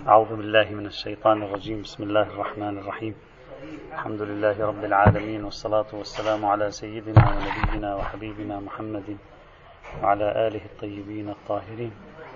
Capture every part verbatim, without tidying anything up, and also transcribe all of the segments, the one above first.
أعوذ بالله من الشيطان الرجيم. بسم الله الرحمن الرحيم. الحمد لله رب العالمين، والصلاة والسلام على سيدنا ونبينا وحبيبنا محمد وعلى آله الطيبين الطاهرين.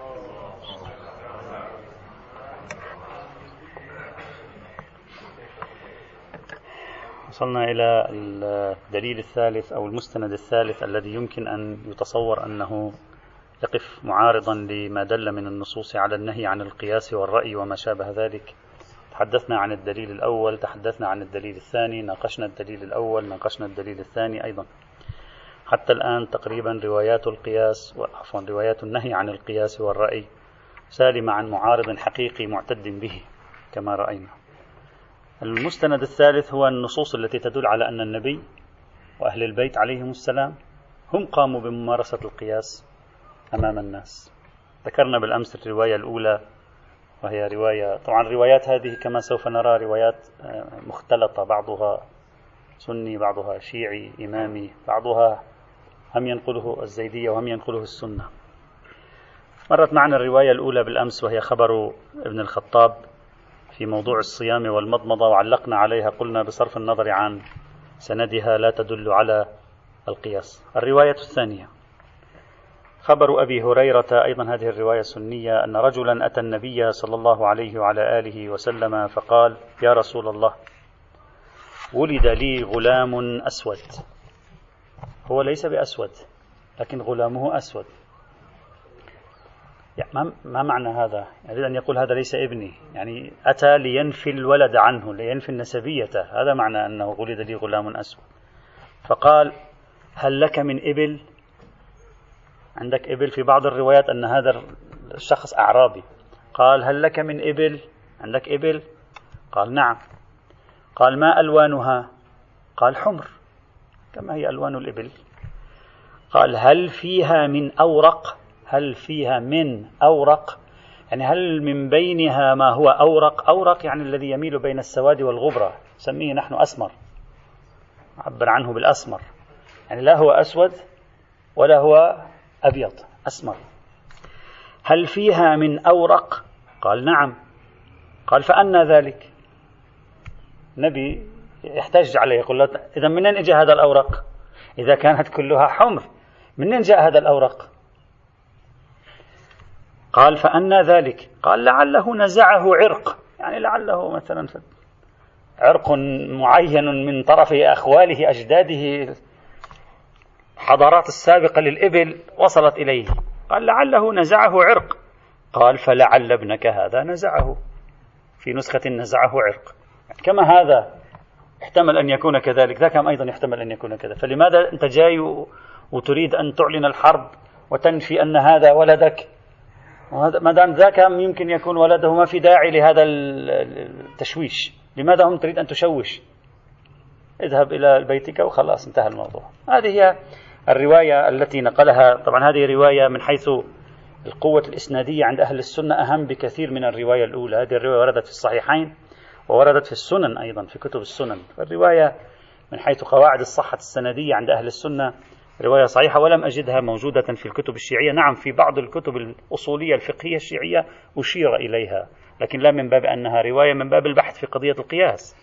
وصلنا إلى الدليل الثالث أو المستند الثالث الذي يمكن أن يتصور أنه يقف معارضا لما دل من النصوص على النهي عن القياس والرأي وما شابه ذلك. تحدثنا عن الدليل الأول، تحدثنا عن الدليل الثاني، ناقشنا الدليل الأول، ناقشنا الدليل الثاني أيضا. حتى الآن تقريبا روايات القياس وعفوا روايات النهي عن القياس والرأي سالمة عن معارض حقيقي معتد به كما رأينا. المستند الثالث هو النصوص التي تدل على أن النبي وأهل البيت عليهم السلام هم قاموا بممارسة القياس أمام الناس. ذكرنا بالأمس الرواية الأولى، وهي رواية طبعا الروايات هذه كما سوف نرى روايات مختلطة، بعضها سني بعضها شيعي إمامي، بعضها هم ينقله الزيدية وهم ينقله السنة. مرت معنا الرواية الأولى بالأمس وهي خبر ابن الخطاب في موضوع الصيام والمضمضة، وعلقنا عليها قلنا بصرف النظر عن سندها لا تدل على القياس. الرواية الثانية خبر أبي هريرة، أيضا هذه الرواية سنية، أن رجلا أتى النبي صلى الله عليه وعلى آله وسلم فقال: يا رسول الله، ولد لي غلام أسود. هو ليس بأسود لكن غلامه أسود. يعني ما معنى هذا؟ يريد أن يقول هذا ليس ابني، يعني أتى لينفي الولد عنه، لينفي النسبية. هذا معنى أنه ولد لي غلام أسود. فقال: هل لك من إبل؟ عندك إبل؟ في بعض الروايات أن هذا الشخص أعرابي. قال: هل لك من إبل؟ عندك إبل؟ قال: نعم. قال: ما ألوانها؟ قال: حمر كما هي ألوان الإبل. قال: هل فيها من أورق؟ هل فيها من أورق؟ يعني هل من بينها ما هو أورق؟ أورق يعني الذي يميل بين السواد والغبرة، نسميه نحن أسمر، عبر عنه بالأسمر، يعني لا هو أسود ولا هو أبيض، أسمر. هل فيها من أورق؟ قال: نعم. قال: فأنا ذلك؟ النبي يحتج عليه، يقول له: إذا منين إجا هذا الأورق؟ إذا كانت كلها حمر منين جاء هذا الأورق؟ قال: فأنا ذلك؟ قال: لعله نزعه عرق، يعني لعله مثلا عرق معين من طرف أخواله أجداده، حضارات السابقة للإبل وصلت إليه. قال: لعله نزعه عرق. قال: فلعل ابنك هذا نزعه. في نسخة نزعه عرق، كما هذا احتمل أن يكون كذلك، ذاك أيضا يحتمل أن يكون كذا. فلماذا أنت جاي وتريد أن تعلن الحرب وتنفي أن هذا ولدك؟ ما دام ذاك يمكن يكون ولده، ما في داعي لهذا التشويش. لماذا هم تريد أن تشوش؟ اذهب إلى بيتك وخلاص انتهى الموضوع. هذه هي الرواية التي نقلها. طبعا هذه رواية من حيث القوة الإسنادية عند أهل السنة أهم بكثير من الرواية الأولى. هذه الرواية وردت في الصحيحين ووردت في السنن أيضا، في كتب السنن. الرواية من حيث قواعد الصحة السندية عند أهل السنة رواية صحيحة، ولم أجدها موجودة في الكتب الشيعية. نعم، في بعض الكتب الأصولية الفقهية الشيعية أشير إليها، لكن لا من باب أنها رواية، من باب البحث في قضية القياس.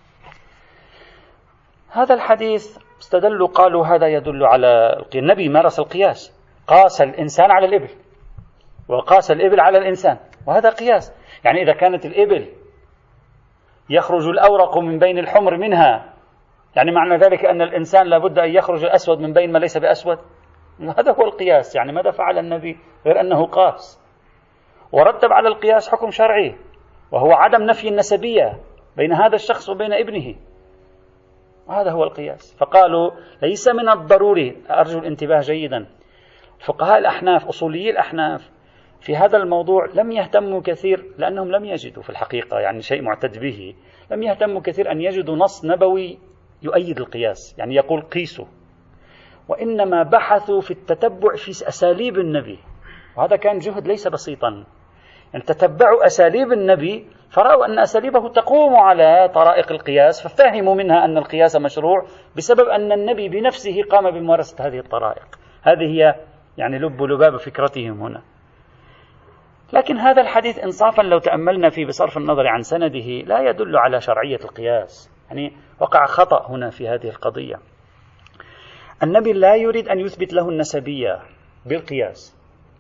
هذا الحديث استدلوا قالوا هذا يدل على النبي مارس القياس، قاس الإنسان على الإبل وقاس الإبل على الإنسان، وهذا قياس. يعني إذا كانت الإبل يخرج الأورق من بين الحمر منها، يعني معنى ذلك أن الإنسان لابد أن يخرج الأسود من بين ما ليس بأسود. هذا هو القياس. يعني ماذا فعل النبي غير أنه قاس ورتب على القياس حكم شرعي، وهو عدم نفي النسبية بين هذا الشخص وبين ابنه. وهذا هو القياس. فقالوا ليس من الضروري، أرجو الانتباه جيدا، فقهاء الأحناف أصوليي الأحناف في هذا الموضوع لم يهتموا كثير، لأنهم لم يجدوا في الحقيقة يعني شيء معتد به، لم يهتموا كثير أن يجدوا نص نبوي يؤيد القياس، يعني يقول قيسوا، وإنما بحثوا في التتبع في أساليب النبي. وهذا كان جهد ليس بسيطا. يعني تتبعوا أساليب النبي فرأوا أن أساليبه تقوم على طرائق القياس، ففهموا منها أن القياس مشروع بسبب أن النبي بنفسه قام بممارسة هذه الطرائق. هذه هي يعني لب لباب فكرتهم هنا. لكن هذا الحديث إنصافا لو تأملنا فيه بصرف النظر عن سنده لا يدل على شرعية القياس، يعني وقع خطأ هنا في هذه القضية. النبي لا يريد أن يثبت له النسبية بالقياس،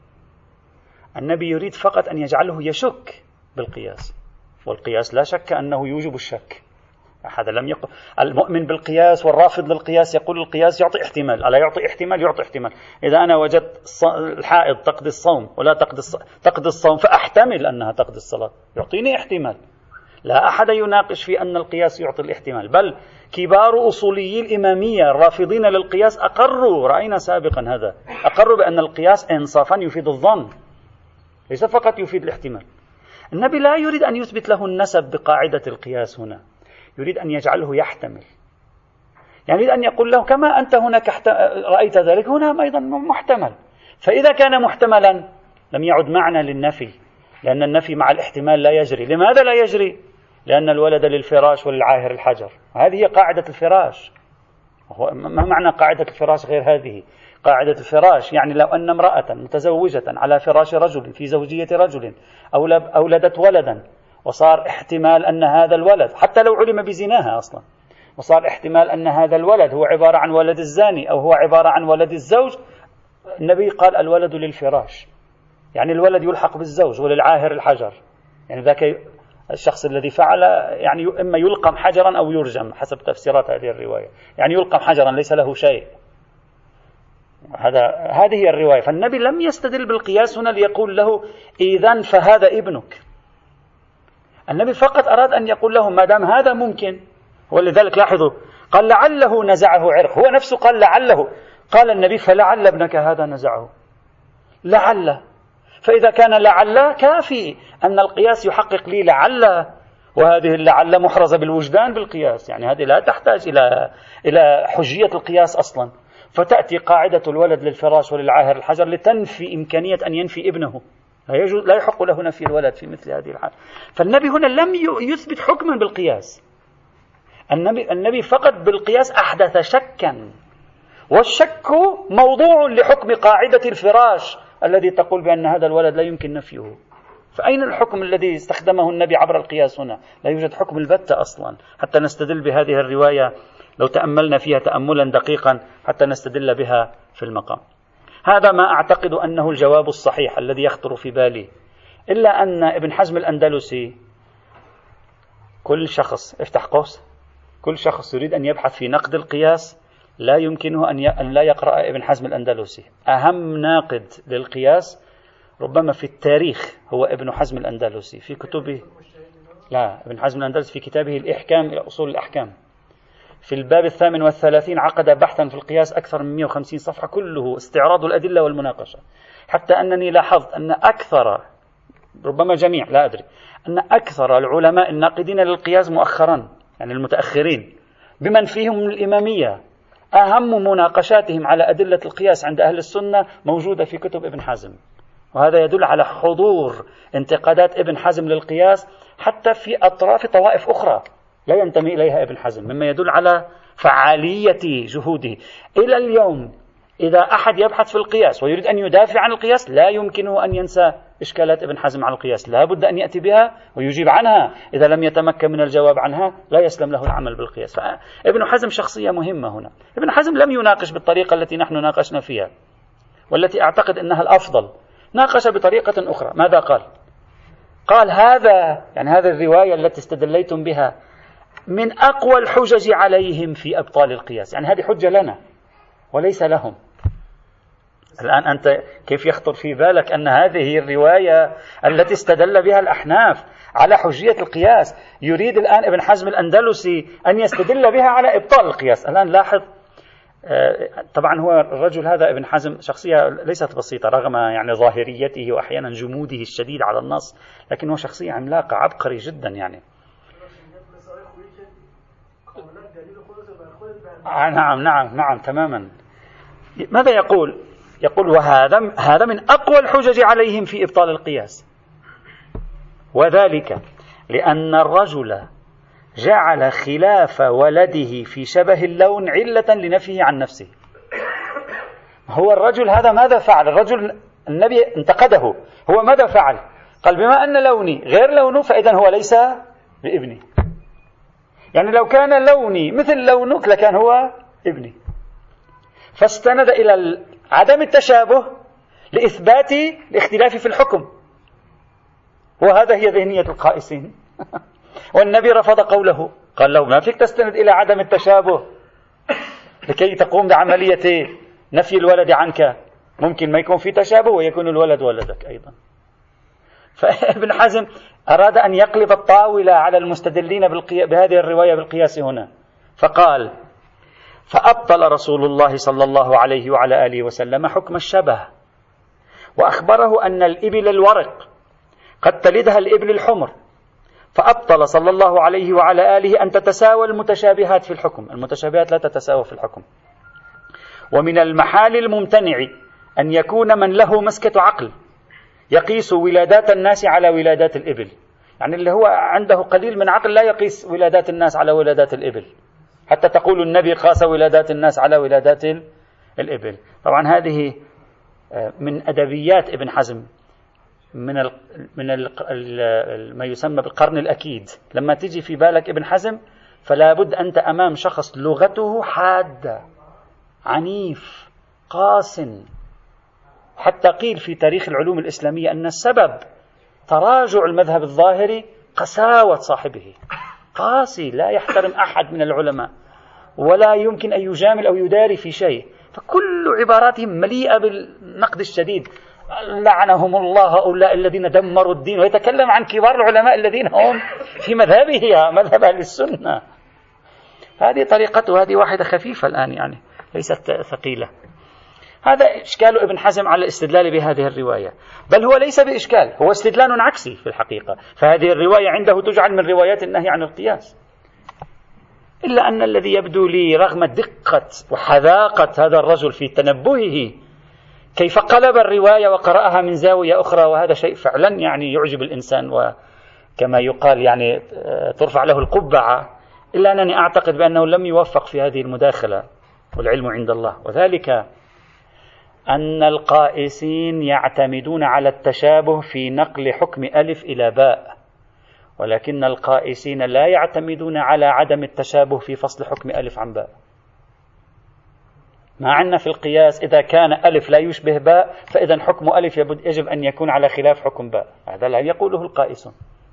النبي يريد فقط أن يجعله يشك بالقياس، والقياس لا شك أنه يوجب الشك. هذا لم يقل المؤمن بالقياس والرافض للقياس يقول القياس يعطي احتمال، ألا يعطي احتمال؟ يعطي احتمال. إذا أنا وجدت الحائض تقضي الصوم ولا تقضي تقضي الصوم فأحتمل أنها تقضي الصلاة، يعطيني احتمال. لا أحد يناقش في أن القياس يعطي الاحتمال، بل كبار أصوليي الإمامية الرافضين للقياس أقروا، رأينا سابقا هذا، أقروا بأن القياس إنصافا يفيد الظن ليس فقط يفيد الاحتمال. النبي لا يريد أن يثبت له النسب بقاعدة القياس هنا، يريد أن يجعله يحتمل، يعني يريد أن يقول له كما أنت هناك رأيت ذلك هنا أيضا محتمل. فإذا كان محتملا لم يعد معنى للنفي، لأن النفي مع الاحتمال لا يجري. لماذا لا يجري؟ لأن الولد للفراش وللعاهر الحجر، هذه هي قاعدة الفراش. ما معنى قاعدة الفراش غير هذه؟ قاعدة الفراش يعني لو أن امرأة متزوجة على فراش رجل في زوجية رجل أولدت ولدا، وصار احتمال أن هذا الولد حتى لو علم بزناها أصلا، وصار احتمال أن هذا الولد هو عبارة عن ولد الزاني أو هو عبارة عن ولد الزوج، النبي قال الولد للفراش، يعني الولد يلحق بالزوج وللعاهر الحجر، يعني ذاك الشخص الذي فعل يعني إما يلقم حجرا أو يرجم حسب تفسيرات هذه الرواية، يعني يلقم حجرا ليس له شيء. هذا هذه هي الرواية. فالنبي لم يستدل بالقياس هنا ليقول له إذن فهذا ابنك، النبي فقط أراد أن يقول له ما دام هذا ممكن، ولذلك لاحظوا قال لعله نزعه عرق، هو نفسه قال لعله، قال النبي فلعل ابنك هذا نزعه، لعل. فإذا كان لعل كافي أن القياس يحقق لي لعل، وهذه اللعل محرزة بالوجدان بالقياس، يعني هذه لا تحتاج إلى إلى حجية القياس أصلا. فتأتي قاعدة الولد للفراش وللعاهر الحجر لتنفي إمكانية أن ينفي ابنه، لا يجوز، لا يحق له نفي الولد في مثل هذه الحال. فالنبي هنا لم يثبت حكما بالقياس، النبي النبي فقط بالقياس أحدث شكا، والشك موضوع لحكم قاعدة الفراش الذي تقول بأن هذا الولد لا يمكن نفيه. فأين الحكم الذي استخدمه النبي عبر القياس هنا؟ لا يوجد حكم البتة أصلا حتى نستدل بهذه الرواية لو تأملنا فيها تأملا دقيقا حتى نستدل بها في المقام. هذا ما أعتقد أنه الجواب الصحيح الذي يخطر في بالي، إلا أن ابن حزم الأندلسي كل شخص افتح قوس كل شخص يريد أن يبحث في نقد القياس لا يمكنه أن لا يقرأ ابن حزم الأندلسي. أهم ناقد للقياس ربما في التاريخ هو ابن حزم الأندلسي في كتبه. لا، ابن حزم الأندلسي في كتابه الإحكام إلى أصول الأحكام في الباب الثامن والثلاثين عقد بحثا في القياس أكثر من مئة وخمسين صفحة كله استعراض الأدلة والمناقشة، حتى أنني لاحظت أن أكثر، ربما جميع لا أدري، أن أكثر العلماء الناقدين للقياس مؤخرا يعني المتأخرين بمن فيهم الإمامية أهم مناقشاتهم على أدلة القياس عند أهل السنة موجودة في كتب ابن حزم، وهذا يدل على حضور انتقادات ابن حزم للقياس حتى في أطراف طوائف أخرى لا ينتمي إليها ابن حزم، مما يدل على فعالية جهوده. إلى اليوم إذا أحد يبحث في القياس ويريد أن يدافع عن القياس لا يمكنه أن ينسى إشكالات ابن حزم على القياس، لا بد أن يأتي بها ويجيب عنها، إذا لم يتمكن من الجواب عنها لا يسلم له العمل بالقياس. فابن حزم شخصية مهمة هنا. ابن حزم لم يناقش بالطريقة التي نحن ناقشنا فيها والتي أعتقد أنها الأفضل، ناقش بطريقة أخرى. ماذا قال؟ قال هذا يعني هذه الرواية التي استدليتم بها من أقوى الحجج عليهم في أبطال القياس، يعني هذه حجة لنا وليس لهم. الآن أنت كيف يخطر في بالك أن هذه الرواية التي استدل بها الأحناف على حجية القياس يريد الآن ابن حزم الأندلسي أن يستدل بها على إبطال القياس؟ الآن لاحظ، طبعا هو الرجل هذا ابن حزم شخصية ليست بسيطة رغم يعني ظاهريته وأحيانا جموده الشديد على النص، لكن هو شخصية عملاقة عبقري جدا يعني. نعم نعم نعم تماما. ماذا يقول؟ يقول وهذا هذا من أقوى الحجج عليهم في إبطال القياس، وذلك لأن الرجل جعل خلاف ولده في شبه اللون علة لنفيه عن نفسه. هو الرجل هذا ماذا فعل؟ الرجل النبي انتقده، هو ماذا فعل؟ قال بما أن لوني غير لونه فإذا هو ليس بابني، يعني لو كان لوني مثل لونك لكان هو ابني. فاستند إلى عدم التشابه لإثبات الاختلاف في الحكم، وهذا هي ذهنية القائسين. والنبي رفض قوله، قال له ما فيك تستند إلى عدم التشابه لكي تقوم بعملية نفي الولد عنك، ممكن ما يكون في تشابه ويكون الولد ولدك أيضا. فابن حزم أراد أن يقلب الطاولة على المستدلين بالقي... بهذه الرواية بالقياس هنا، فقال فأبطل رسول الله صلى الله عليه وعلى آله وسلم حكم الشبه، وأخبره أن الإبل الورق قد تلدها الإبل الحمر، فأبطل صلى الله عليه وعلى آله أن تتساوى المتشابهات في الحكم. المتشابهات لا تتساوى في الحكم. ومن المحال الممتنع أن يكون من له مسكة عقل يقيس ولادات الناس على ولادات الإبل، يعني اللي هو عنده قليل من عقل لا يقيس ولادات الناس على ولادات الإبل، حتى تقول النبي قاس ولادات الناس على ولادات الإبل. طبعا هذه من أدبيات ابن حزم، من ال من ال ال ما يسمى بالقرن الأكيد. لما تجي في بالك ابن حزم فلا بد أنت أمام شخص لغته حادة، عنيف، قاس. حتى قيل في تاريخ العلوم الإسلامية أن السبب تراجع المذهب الظاهري قساوة صاحبه، قاسي لا يحترم أحد من العلماء ولا يمكن أن يجامل أو يداري في شيء، فكل عباراتهم مليئة بالنقد الشديد. لعنهم الله هؤلاء الذين دمروا الدين، ويتكلم عن كبار العلماء الذين هم في مذهبه مذهب أهل السنة. هذه طريقته، هذه واحدة خفيفة الآن يعني ليست ثقيلة. هذا إشكال ابن حزم على الاستدلال بهذه الرواية، بل هو ليس بإشكال، هو استدلال عكسي في الحقيقة. فهذه الرواية عنده تجعل من روايات النهي عن القياس، إلا أن الذي يبدو لي رغم دقة وحذاقة هذا الرجل في تنبهه كيف قلب الرواية وقرأها من زاوية أخرى، وهذا شيء فعلا يعني يعجب الإنسان، وكما يقال يعني ترفع له القبعة. إلا أنني أعتقد بأنه لم يوفق في هذه المداخلة، والعلم عند الله. وذلك أن القائسين يعتمدون على التشابه في نقل حكم ألف إلى باء، ولكن القائسين لا يعتمدون على عدم التشابه في فصل حكم ألف عن باء. ما عندنا في القياس إذا كان ألف لا يشبه باء فإذا حكم ألف يجب أن يكون على خلاف حكم باء، هذا لا يقوله القائسون.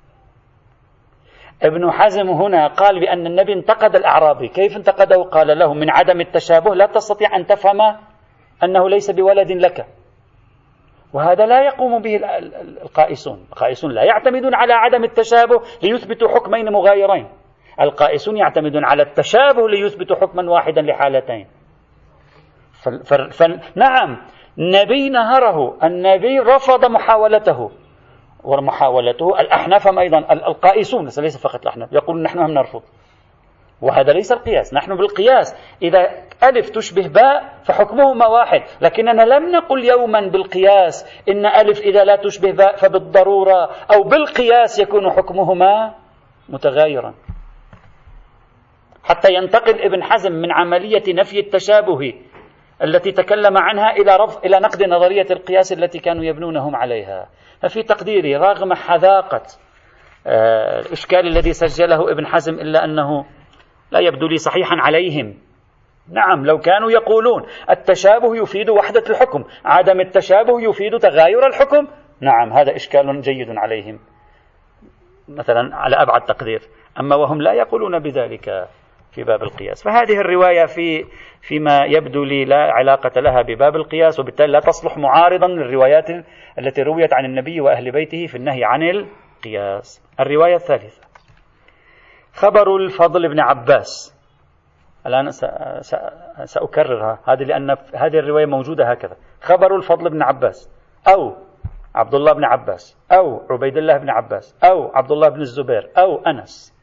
ابن حزم هنا قال بأن النبي انتقد الأعرابي. كيف انتقده؟ قال له من عدم التشابه لا تستطيع أن تفهم أنه ليس بولد لك، وهذا لا يقوم به القائسون. القائسون لا يعتمدون على عدم التشابه ليثبتوا حكمين مغايرين، القائسون يعتمدون على التشابه ليثبتوا حكما واحدا لحالتين. فنعم النبي نهره، النبي رفض محاولته، ومحاولته الأحناف أيضا القائسون ليس فقط الأحناف يقولون نحن هم نرفض، وهذا ليس القياس. نحن بالقياس إذا ألف تشبه باء فحكمهما واحد، لكننا لم نقل يوما بالقياس إن ألف إذا لا تشبه باء فبالضرورة أو بالقياس يكون حكمهما متغايرا. حتى ينتقل ابن حزم من عملية نفي التشابه التي تكلم عنها إلى رفض إلى نقد نظرية القياس التي كانوا يبنونهم عليها. ففي تقديري رغم حذاقة آه الإشكال الذي سجله ابن حزم إلا أنه لا يبدو لي صحيحا عليهم. نعم لو كانوا يقولون التشابه يفيد وحدة الحكم، عدم التشابه يفيد تغاير الحكم، نعم هذا إشكال جيد عليهم مثلا على أبعد تقدير. أما وهم لا يقولون بذلك في باب القياس. فهذه الرواية في فيما يبدو لي لا علاقة لها بباب القياس، وبالتالي لا تصلح معارضا للروايات التي رويت عن النبي وأهل بيته في النهي عن القياس. الرواية الثالثة خبر الفضل بن عباس. الآن سأكررها هذه لأن هذه الرواية موجودة هكذا: خبر الفضل بن عباس أو عبد الله بن عباس أو عبيد الله بن عباس أو عبد الله بن الزبير أو أنس.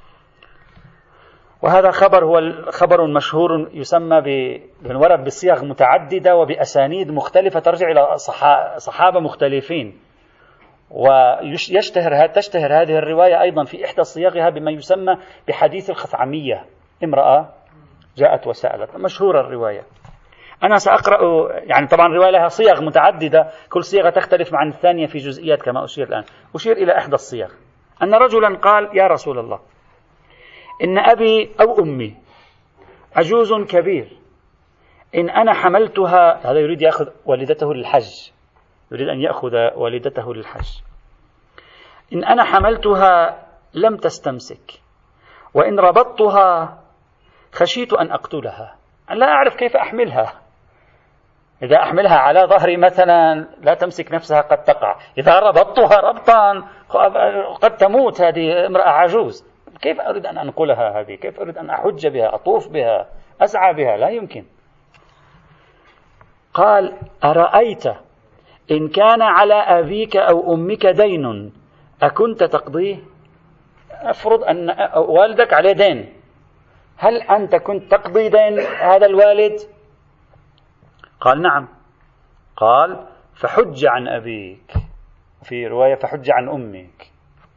وهذا خبر هو خبر مشهور يسمى بالورد بصيغ متعددة وبأسانيد مختلفة ترجع إلى صحابة مختلفين. ويشتهر تشتهر هذه الرواية أيضا في إحدى صيغها بما يسمى بحديث الخثعمية، امرأة جاءت وسألت، مشهورة الرواية. أنا سأقرأ، يعني طبعا الرواية لها صيغ متعددة، كل صيغة تختلف عن الثانية في جزئيات كما أشير الآن. أشير إلى إحدى الصيغ أن رجلا قال: يا رسول الله، إن أبي أو أمي عجوز كبير، إن أنا حملتها، هذا يريد يأخذ والدته للحج، يريد أن يأخذ والدته للحج، إن أنا حملتها لم تستمسك، وإن ربطتها خشيت أن أقتلها، لا أعرف كيف أحملها. إذا أحملها على ظهري مثلا لا تمسك نفسها قد تقع، إذا ربطتها ربطا قد تموت، هذه امرأة عجوز، كيف أريد أن أنقلها هذه؟ كيف أريد أن أحج بها، أطوف بها، أسعى بها؟ لا يمكن. قال: أرأيت إن كان على أبيك أو أمك دين أكنت تقضيه؟ أفرض أن والدك عليه دين، هل أنت كنت تقضي دين هذا الوالد؟ قال: نعم. قال: فحج عن أبيك، في رواية فحج عن أمك.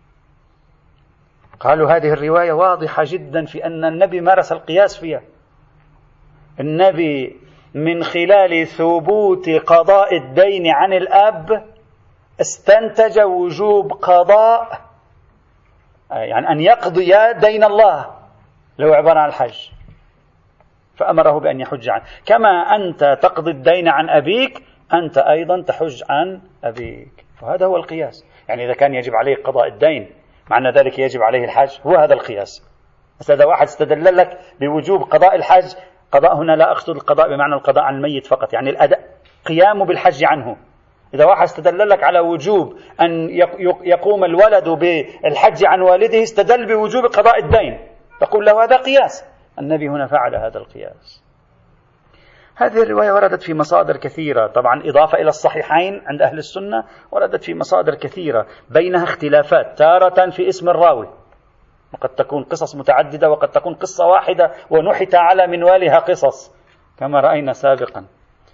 قالوا هذه الرواية واضحة جدا في أن النبي مارس القياس فيها. النبي من خلال ثبوت قضاء الدين عن الأب استنتج وجوب قضاء، يعني أن يقضي دين الله لو عبارة عن الحج، فأمره بأن يحج عنه. كما أنت تقضي الدين عن أبيك أنت أيضا تحج عن أبيك. وهذا هو القياس. يعني إذا كان يجب عليه قضاء الدين معنى ذلك يجب عليه الحج، هو هذا القياس. بس إذا واحد استدل لك بوجوب قضاء الحج، قضاء هنا لا أقصد القضاء بمعنى القضاء عن الميت فقط، يعني الأداء، قيامه بالحج عنه. إذا واحد استدل لك على وجوب أن يقوم الولد بالحج عن والده، استدل بوجوب قضاء الدين، تقول له هذا قياس. النبي هنا فعل هذا القياس. هذه الرواية وردت في مصادر كثيرة، طبعا إضافة إلى الصحيحين عند أهل السنة، وردت في مصادر كثيرة بينها اختلافات، تارة في اسم الراوي، وقد تكون قصص متعددة، وقد تكون قصة واحدة ونحت على منوالها قصص كما رأينا سابقا.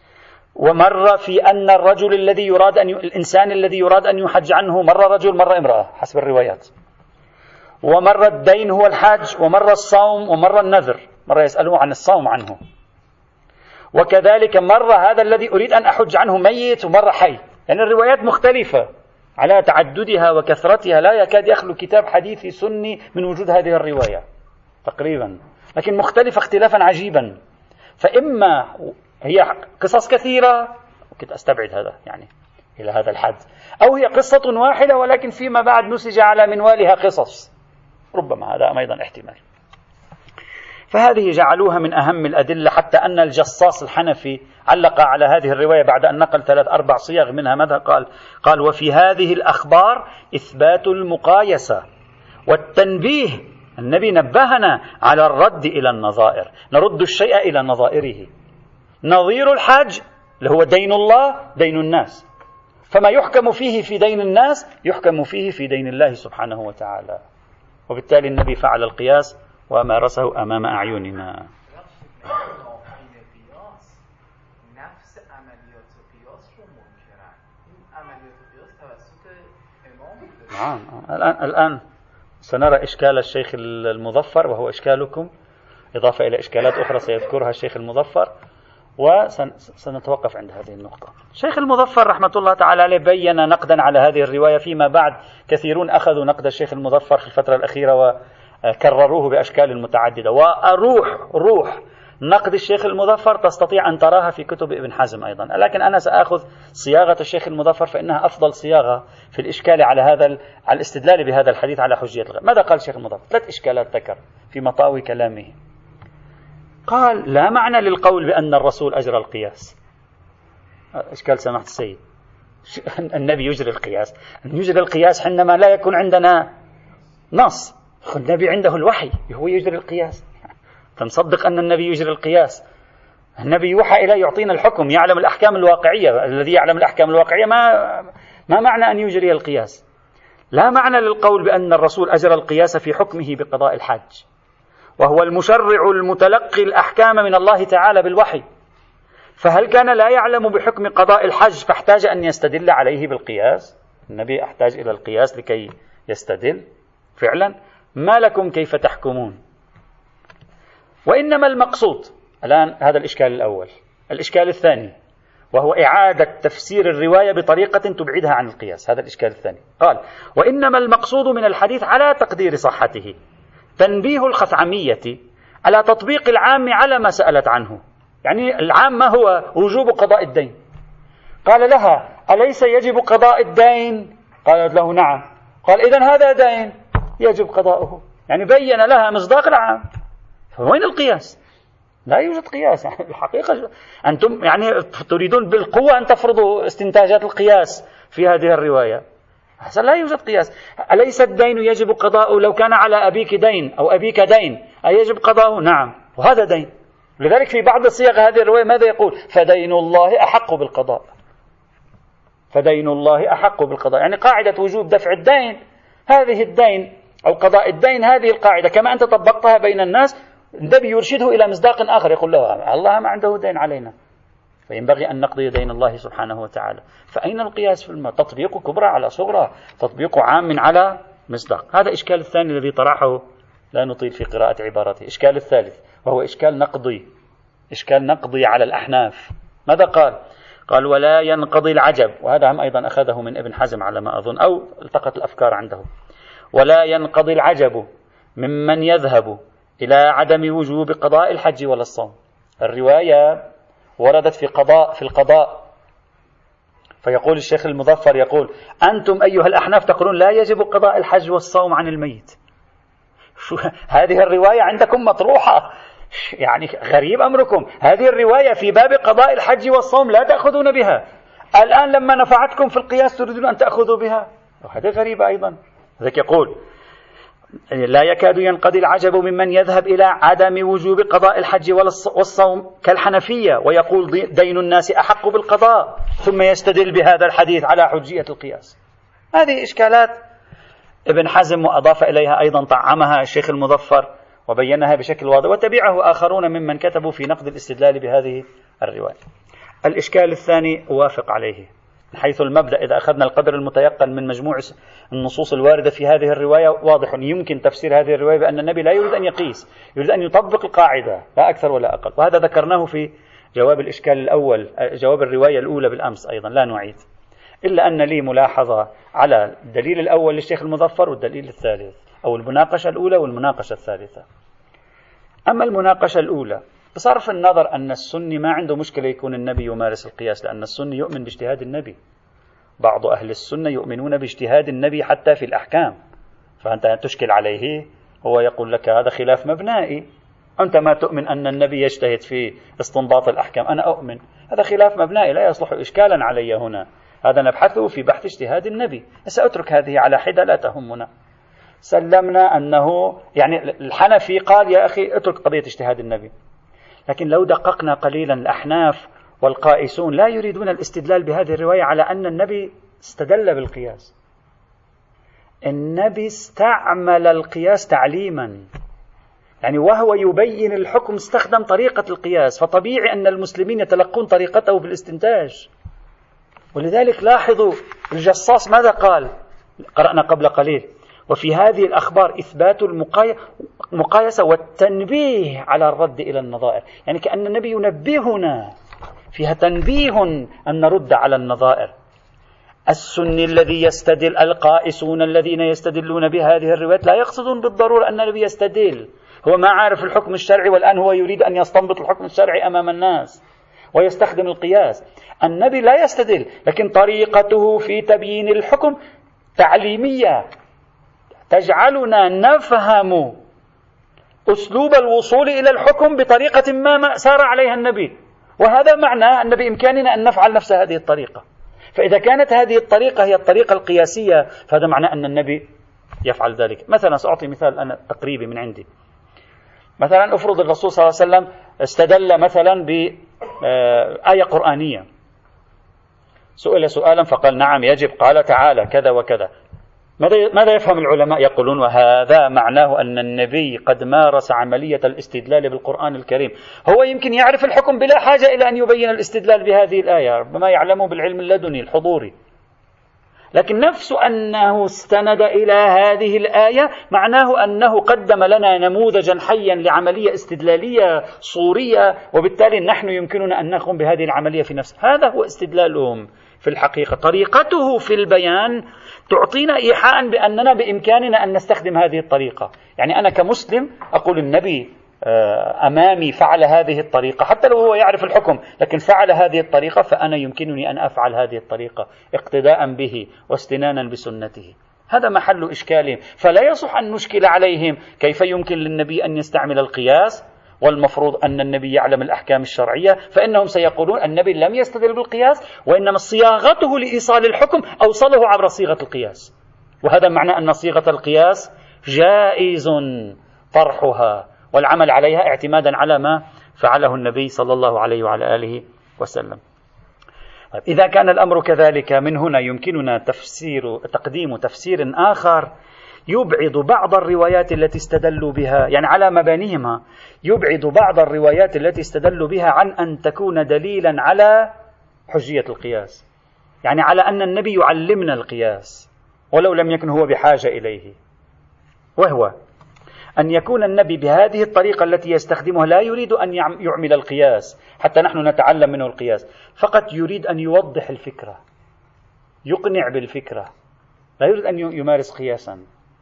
ومر في أن الرجل الذي يراد أن ي... الإنسان الذي يراد أن يحج عنه مرة رجل مرة امرأة حسب الروايات. ومر الدين هو الحج، ومر الصوم، ومر النذر، مرة يسأله عن الصوم عنه. وكذلك مر هذا الذي أريد أن أحج عنه ميت، ومر حي. لأن يعني الروايات مختلفة على تعددها وكثرتها، لا يكاد يخلو كتاب حديثي سني من وجود هذه الرواية تقريبا، لكن مختلفة اختلافا عجيبا. فإما هي قصص كثيرة، كنت أستبعد هذا يعني إلى هذا الحد، أو هي قصة واحدة ولكن فيما بعد نسج على منوالها قصص، ربما هذا أيضا احتمال. فهذه جعلوها من أهم الأدلة، حتى أن الجصاص الحنفي علق على هذه الرواية بعد أن نقل ثلاث أربع صيغ منها ماذا قال؟ قال: وفي هذه الأخبار إثبات المقايسة والتنبيه. النبي نبهنا على الرد إلى النظائر، نرد الشيء إلى نظائره. نظير الحج اللي هو دين الله دين الناس، فما يحكم فيه في دين الناس يحكم فيه في دين الله سبحانه وتعالى. وبالتالي النبي فعل القياس ومارسه أمام أعيننا. نعم. الآن الآن سنرى إشكال الشيخ المظفر وهو إشكالكم، إضافة إلى إشكالات أخرى سيذكرها الشيخ المظفر، وسنتوقف عند هذه النقطة. الشيخ المظفر رحمة الله تعالى عليه بيّن نقدا على هذه الرواية، فيما بعد كثيرون أخذوا نقد الشيخ المظفر في الفترة الأخيرة وكرروه بأشكال متعددة. وأروح روح نقد الشيخ المظفر تستطيع أن تراها في كتب ابن حزم أيضا، لكن أنا سأخذ صياغة الشيخ المظفر فإنها أفضل صياغة في الإشكال على هذا على الاستدلال بهذا الحديث على حجية الغيب. ماذا قال الشيخ المظفر؟ ثلاث إشكالات ذكر في مطاوي كلامه. قال: لا معنى للقول بأن الرسول أجرى القياس. إشكال سماحة السيد، النبي يجري القياس. أن يجري القياس حينما لا يكون عندنا نص، النبي عنده الوحي هو يجري القياس. فنصدق أن النبي يجري القياس. النبي يوحى إليه يعطينا الحكم، يعلم الأحكام الواقعية. الذي يعلم الأحكام الواقعية ما ما معنى أن يجري القياس؟ لا معنى للقول بأن الرسول أجرى القياس في حكمه بقضاء الحج، وهو المشرع المتلقي الأحكام من الله تعالى بالوحي. فهل كان لا يعلم بحكم قضاء الحج فاحتاج أن يستدل عليه بالقياس؟ النبي احتاج إلى القياس لكي يستدل فعلا. ما لكم كيف تحكمون؟ وإنما المقصود الآن هذا الإشكال الأول، الإشكال الثاني وهو إعادة تفسير الرواية بطريقة تبعدها عن القياس. هذا الإشكال الثاني. قال: وإنما المقصود من الحديث على تقدير صحته تنبيه الخثعمية على تطبيق العام على ما سألت عنه. يعني العام ما هو؟ وجوب قضاء الدين. قال لها: أليس يجب قضاء الدين؟ قالت له: نعم. قال: إذن هذا دين يجب قضاؤه. يعني بين لها مصداق العام. فوين القياس؟ لا يوجد قياس. يعني الحقيقة أنتم يعني تريدون بالقوة أن تفرضوا استنتاجات القياس في هذه الرواية. أحسن، لا يوجد قياس. أليس الدين يجب قضاؤه؟ لو كان على أبيك دين أو أبيك دين أيجب قضاؤه؟ نعم، وهذا دين. لذلك في بعض صيغ هذه الرواية ماذا يقول؟ فدين الله أحق بالقضاء. فدين الله أحق بالقضاء، يعني قاعدة وجوب دفع الدين، هذه الدين أو قضاء الدين، هذه القاعدة كما أنت طبقتها بين الناس، النبي يرشده إلى مصداق آخر يقول له: الله ما عنده دين علينا، فينبغي أن نقضي دين الله سبحانه وتعالى. فأين القياس في الماء؟ تطبيق كبرى على صغرى، تطبيق عام على مصداق. هذا إشكال الثاني الذي طرحه، لا نطيل في قراءة عبارته. إشكال الثالث وهو إشكال نقضي، إشكال نقضي على الأحناف. ماذا قال؟ قال: ولا ينقضي العجب، وهذا هم أيضا أخذه من ابن حزم على ما أظن، أو التقت الأفكار عنده. ولا ينقضي العجب ممن يذهب إلى عدم وجوب قضاء الحج ولا الصوم. الرواية وردت في قضاء في القضاء، فيقول الشيخ المظفر يقول: أنتم أيها الأحناف تقولون لا يجب قضاء الحج والصوم عن الميت. هذه الرواية عندكم مطروحة، يعني غريب أمركم. هذه الرواية في باب قضاء الحج والصوم لا تأخذون بها، الآن لما نفعتكم في القياس تريدون أن تأخذوا بها. وهذا غريب أيضا. ذلك يقول: لا يكاد ينقضي العجب ممن يذهب إلى عدم وجوب قضاء الحج والصوم كالحنفية ويقول دين الناس أحق بالقضاء، ثم يستدل بهذا الحديث على حجية القياس. هذه إشكالات ابن حزم، وأضاف إليها أيضا، طعمها الشيخ المظفر وبينها بشكل واضح، وتبعه آخرون ممن كتبوا في نقد الاستدلال بهذه الرواية. الإشكال الثاني أوافق عليه من حيث المبدأ. إذا أخذنا القدر المتيقن من مجموع النصوص الواردة في هذه الرواية، واضح يمكن تفسير هذه الرواية بأن النبي لا يريد أن يقيس، يريد أن يطبق القاعدة لا أكثر ولا أقل. وهذا ذكرناه في جواب الإشكال الأول، جواب الرواية الأولى بالأمس أيضا، لا نعيد. إلا أن لي ملاحظة على الدليل الأول للشيخ المظفر والدليل الثالث، أو المناقشة الأولى والمناقشة الثالثة. أما المناقشة الأولى بصرف النظر أن السني ما عنده مشكلة يكون النبي يمارس القياس، لأن السني يؤمن باجتهاد النبي. بعض أهل السنة يؤمنون باجتهاد النبي حتى في الأحكام، فأنت تشكل عليه، هو يقول لك هذا خلاف مبنائي، أنت ما تؤمن أن النبي يجتهد في استنباط الأحكام، أنا أؤمن، هذا خلاف مبنائي لا يصلح إشكالا علي هنا، هذا نبحثه في بحث اجتهاد النبي. سأترك هذه على حدة لا تهمنا. سلمنا أنه يعني الحنفي قال يا أخي اترك قضية اجتهاد النبي، لكن لو دققنا قليلا الأحناف والقائسون لا يريدون الاستدلال بهذه الرواية على أن النبي استدل بالقياس. النبي استعمل القياس تعليما، يعني وهو يبين الحكم استخدم طريقة القياس، فطبيعي أن المسلمين يتلقون طريقته بالاستنتاج. ولذلك لاحظوا الجصاص ماذا قال؟ قرأنا قبل قليل: وفي هذه الأخبار إثبات المقايسة والتنبيه على الرد إلى النظائر. يعني كأن النبي ينبهنا، فيها تنبيه أن نرد على النظائر. السني الذي يستدل، القائسون الذين يستدلون بهذه الروايات لا يقصدون بالضرورة أن النبي يستدل، هو ما عارف الحكم الشرعي والآن هو يريد أن يستنبط الحكم الشرعي أمام الناس ويستخدم القياس. النبي لا يستدل، لكن طريقته في تبيين الحكم تعليمية تجعلنا نفهم أسلوب الوصول إلى الحكم بطريقة ما سار عليها النبي، وهذا معنى أن بإمكاننا أن نفعل نفس هذه الطريقة. فإذا كانت هذه الطريقة هي الطريقة القياسية فهذا معنى أن النبي يفعل ذلك. مثلا سأعطي مثال أنا تقريبي من عندي. مثلا أفرض الرسول صلى الله عليه وسلم استدل مثلا بآية قرآنية، سئل سؤالا فقال نعم يجب، قال تعالى كذا وكذا. ماذا يفهم العلماء؟ يقولون وهذا معناه أن النبي قد مارس عملية الاستدلال بالقرآن الكريم، هو يمكن يعرف الحكم بلا حاجة إلى أن يبين الاستدلال بهذه الآية، ربما يعلمه بالعلم اللدني الحضوري، لكن نفس أنه استند إلى هذه الآية معناه أنه قدم لنا نموذجا حيا لعملية استدلالية صورية، وبالتالي نحن يمكننا أن نقوم بهذه العملية في نفسها. هذا هو استدلالهم في الحقيقة. طريقته في البيان تعطينا إيحاء بأننا بإمكاننا أن نستخدم هذه الطريقة. يعني أنا كمسلم أقول النبي أمامي فعل هذه الطريقة، حتى لو هو يعرف الحكم لكن فعل هذه الطريقة، فأنا يمكنني أن أفعل هذه الطريقة اقتداء به واستنانا بسنته. هذا محل إشكالهم، فلا يصح أن نشكل عليهم كيف يمكن للنبي أن يستعمل القياس والمفروض أن النبي يعلم الأحكام الشرعية، فإنهم سيقولون النبي لم يستدل بالقياس وإنما صياغته لإيصال الحكم أوصله عبر صيغة القياس، وهذا معنى أن صيغة القياس جائز طرحها والعمل عليها اعتمادا على ما فعله النبي صلى الله عليه وعلى آله وسلم. إذا كان الأمر كذلك، من هنا يمكننا تفسير تقديم تفسير آخر يبعد بعض الروايات التي استدلوا بها، يعني على مبانيهما يبعد بعض الروايات التي استدلوا بها عن أن تكون دليلا على حجية القياس، يعني على أن النبي يعلمنا القياس ولو لم يكن هو بحاجة إليه، وهو أن يكون النبي بهذه الطريقة التي يستخدمها لا يريد أن يعمل القياس حتى نحن نتعلم منه القياس، فقط يريد أن يوضح الفكرة، يقنع بالفكرة، لا يريد أن يمارس قياسا.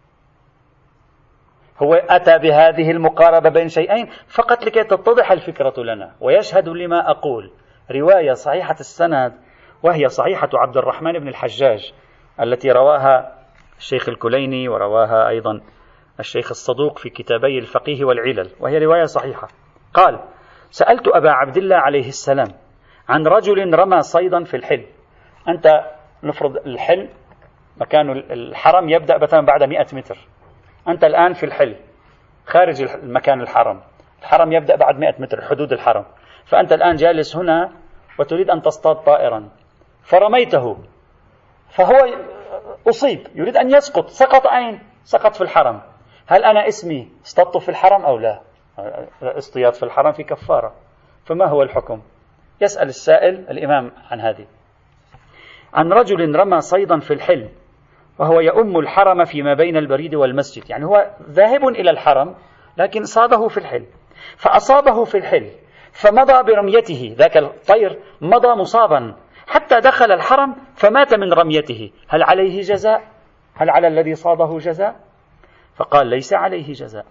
هو أتى بهذه المقاربة بين شيئين فقط لكي تتضح الفكرة لنا. ويشهد لما أقول رواية صحيحة السند، وهي صحيحة عبد الرحمن بن الحجاج التي رواها الشيخ الكليني ورواها أيضا الشيخ الصدوق في كتابي الفقيه والعلل، وهي رواية صحيحة. قال: سألت أبا عبد الله عليه السلام عن رجل رمى صيدا في الحل. أنت نفرض الحل مكان الحرم يبدأ مثلا بعد مئة متر، أنت الآن في الحل خارج المكان الحرم، الحرم يبدأ بعد مئة متر حدود الحرم، فأنت الآن جالس هنا وتريد أن تصطاد طائرا فرميته فهو أصيب، يريد أن يسقط، سقط أين؟ سقط في الحرم. هل أنا اسمي اصطدت في الحرم أو لا؟ اصطياد في الحرم في كفارة، فما هو الحكم؟ يسأل السائل الإمام عن هذه، عن رجل رمى صيدا في الحل وهو يؤم الحرم فيما بين البريد والمسجد، يعني هو ذاهب إلى الحرم لكن صاده في الحل فأصابه في الحل فمضى برميته، ذاك الطير مضى مصابا حتى دخل الحرم فمات من رميته، هل عليه جزاء؟ هل على الذي صاده جزاء؟ فقال: ليس عليه جزاء،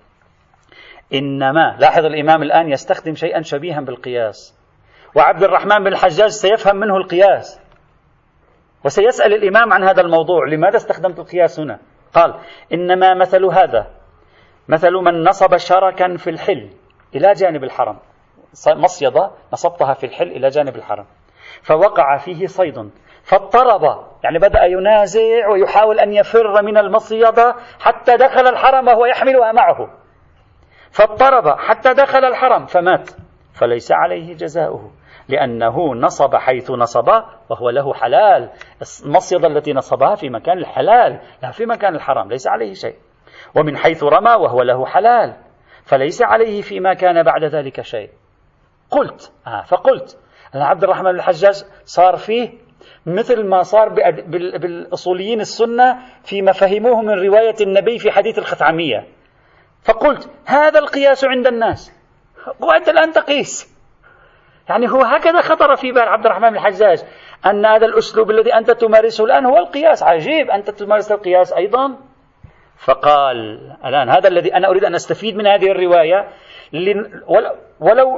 إنما، لاحظ الإمام الآن يستخدم شيئا شبيها بالقياس، وعبد الرحمن بن الحجاج سيفهم منه القياس وسيسأل الإمام عن هذا الموضوع، لماذا استخدمت القياس هنا؟ قال: إنما مثل هذا مثل من نصب شركا في الحل إلى جانب الحرم، مصيدة نصبتها في الحل إلى جانب الحرم فوقع فيه صيد فاضطرب، يعني بدأ ينازع ويحاول أن يفر من المصيدة حتى دخل الحرم وهو يحملها معه، فاضطرب حتى دخل الحرم فمات، فليس عليه جزاؤه لأنه نصب حيث نصب وهو له حلال، المصيدة التي نصبها في مكان الحلال لا في مكان الحرام، ليس عليه شيء، ومن حيث رمى وهو له حلال فليس عليه فيما كان بعد ذلك شيء. قلت آه فقلت أن عبد الرحمن الحجاج صار فيه مثل ما صار بالأصوليين السنة فيما فهموه من رواية النبي في حديث الخثعمية، فقلت: هذا القياس عند الناس وأنت الآن تقيس. يعني هو هكذا خطر في بال عبد الرحمن الحجاج أن هذا الأسلوب الذي أنت تمارسه الآن هو القياس، عجيب أنت تمارس القياس أيضا. فقال: الآن هذا الذي أنا أريد أن أستفيد من هذه الرواية، ولو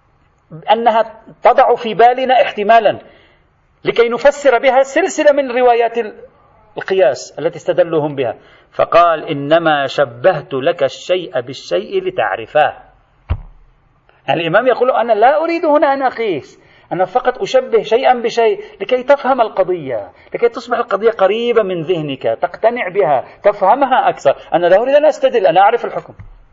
أنها تضع في بالنا احتمالا لكي نفسر بها سلسلة من روايات القياس التي استدلوهم بها. فقال: إنما شبهت لك الشيء بالشيء لتعرفه. الإمام يقول: أنا لا أريد هنا أن أقيس، أنا فقط أشبه شيئا بشيء لكي تفهم القضية، لكي تصبح القضية قريبة من ذهنك، تقتنع بها، تفهمها أكثر. أنا لا أريد أن أستدل، أنا أعرف الحكم.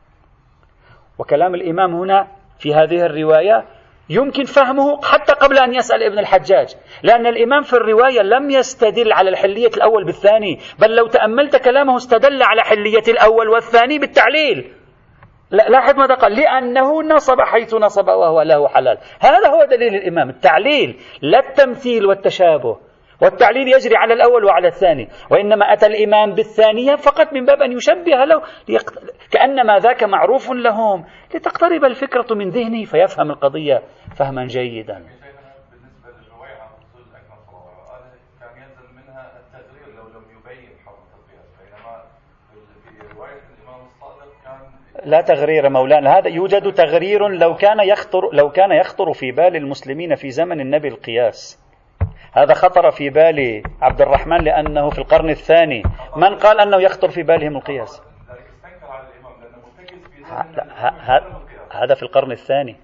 وكلام الإمام هنا في هذه الرواية يمكن فهمه حتى قبل أن يسأل ابن الحجاج، لأن الإمام في الرواية لم يستدل على الحلية الأول بالثاني، بل لو تأملت كلامه استدل على حلية الأول والثاني بالتعليل. لاحظ ماذا قال: لأنه نصب حيث نصب وهو له حلال. هذا هو دليل الإمام، التعليل لا التمثيل والتشابه. والتعليل يجري على الأول وعلى الثاني، وإنما أتى الإمام بالثانية فقط من باب أن يشبه له ليقت... كأنما ذاك معروف لهم لتقترب الفكرة من ذهنه فيفهم القضية فهما جيدا. بالنسبة للرواية عن رسول الأكرم صلى الله عليه وسلم كان يلزم منها التغرير لو لم يبين حرمة القياس، بينما في رواية الإمام الصادق كان لا تغرير مولانا. هذا يوجد تغرير لو كان يخطر لو كان يخطر في بال المسلمين في زمن النبي القياس. هذا خطر في بال عبد الرحمن لأنه في القرن الثاني. من قال أنه يخطر في بالهم القياس؟ هذا في القرن الثاني.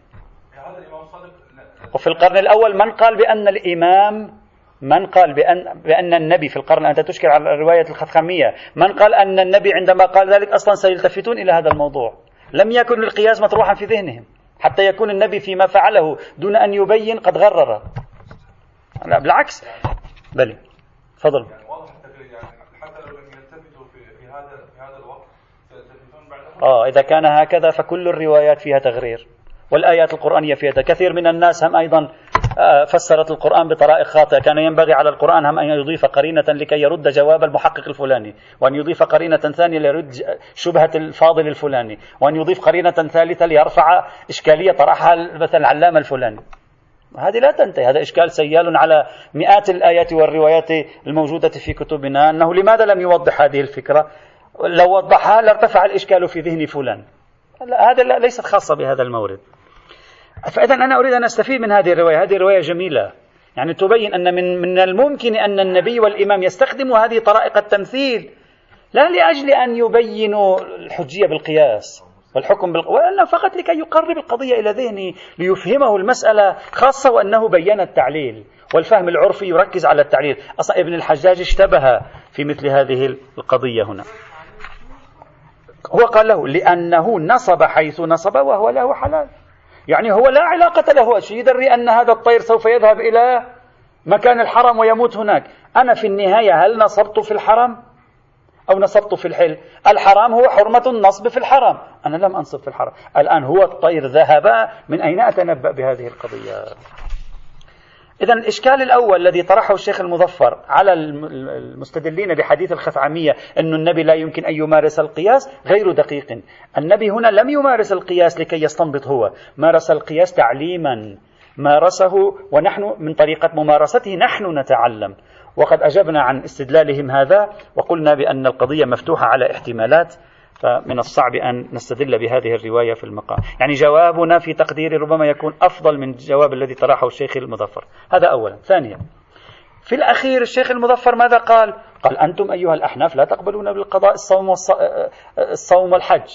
وفي القرن الأول من قال بأن الإمام من قال بأن بأن النبي في القرن، أنت تشكل على رواية الخثخمية، من قال أن النبي عندما قال ذلك أصلا سيلتفتون إلى هذا الموضوع. لم يكن القياس مطروحا في ذهنهم حتى يكون النبي فيما فعله دون أن يبين قد غرر. لا بالعكس. بلي فضل. يعني واضح التغرير، يعني حتى لو لم يلتفتوا في في هذا في هذا الوقت سيلتفتون بعد. اه إذا كان هكذا فكل الروايات فيها تغرير والآيات القرآنية فيها. كثير من الناس هم أيضا فسرت القرآن بطرائق خاطئة. كان ينبغي على القرآن هم أن يضيف قرينة لكي يرد جواب المحقق الفلاني، وأن يضيف قرينة ثانية ليرد شبهة الفاضل الفلاني، وأن يضيف قرينة ثالثة ليرفع إشكالية طرحها مثلا العلامة الفلاني. هذه لا تنتهي. هذا إشكال سيال على مئات الآيات والروايات الموجودة في كتبنا، أنه لماذا لم يوضح هذه الفكرة؟ لو وضحها لارتفع الإشكال في ذهن فلان. هذا ليست خاصة بهذا المورد. فإذا أنا أريد أن أستفيد من هذه الرواية. هذه الرواية جميلة، يعني تبين أن من من الممكن أن النبي والإمام يستخدموا هذه طرائق التمثيل لا لأجل أن يبينوا الحجية بالقياس والحكم بالق... وأنه فقط لكي يقرب القضية إلى ذهنه ليفهمه المسألة، خاصة وأنه بيّن التعليل والفهم العرفي يركز على التعليل. أصلا ابن الحجاج اشتبه في مثل هذه القضية هنا. هو قال له لأنه نصب حيث نصب وهو له حلال، يعني هو لا علاقة له شيء يدري أن هذا الطير سوف يذهب إلى مكان الحرم ويموت هناك. أنا في النهاية هل نصبت في الحرم أو نصبت في الحل؟ الحرام هو حرمة النصب في الحرم، أنا لم أنصب في الحرم. الآن هو الطير ذهب، من أين أتنبأ بهذه القضية؟ إذن الإشكال الأول الذي طرحه الشيخ المظفر على المستدلين بحديث الخثعمية أن النبي لا يمكن أن يمارس القياس غير دقيق. النبي هنا لم يمارس القياس لكي يستنبط، هو مارس القياس تعليما، مارسه ونحن من طريقة ممارسته نحن نتعلم. وقد أجبنا عن استدلالهم هذا وقلنا بأن القضية مفتوحة على احتمالات، فمن الصعب أن نستدل بهذه الرواية في المقام. يعني جوابنا في تقديري ربما يكون أفضل من الجواب الذي طرحه الشيخ المظفر. هذا أولا. ثانيا، في الأخير الشيخ المظفر ماذا قال؟ قال أنتم أيها الأحناف لا تقبلون بالقضاء الصوم, والص... الصوم والحج.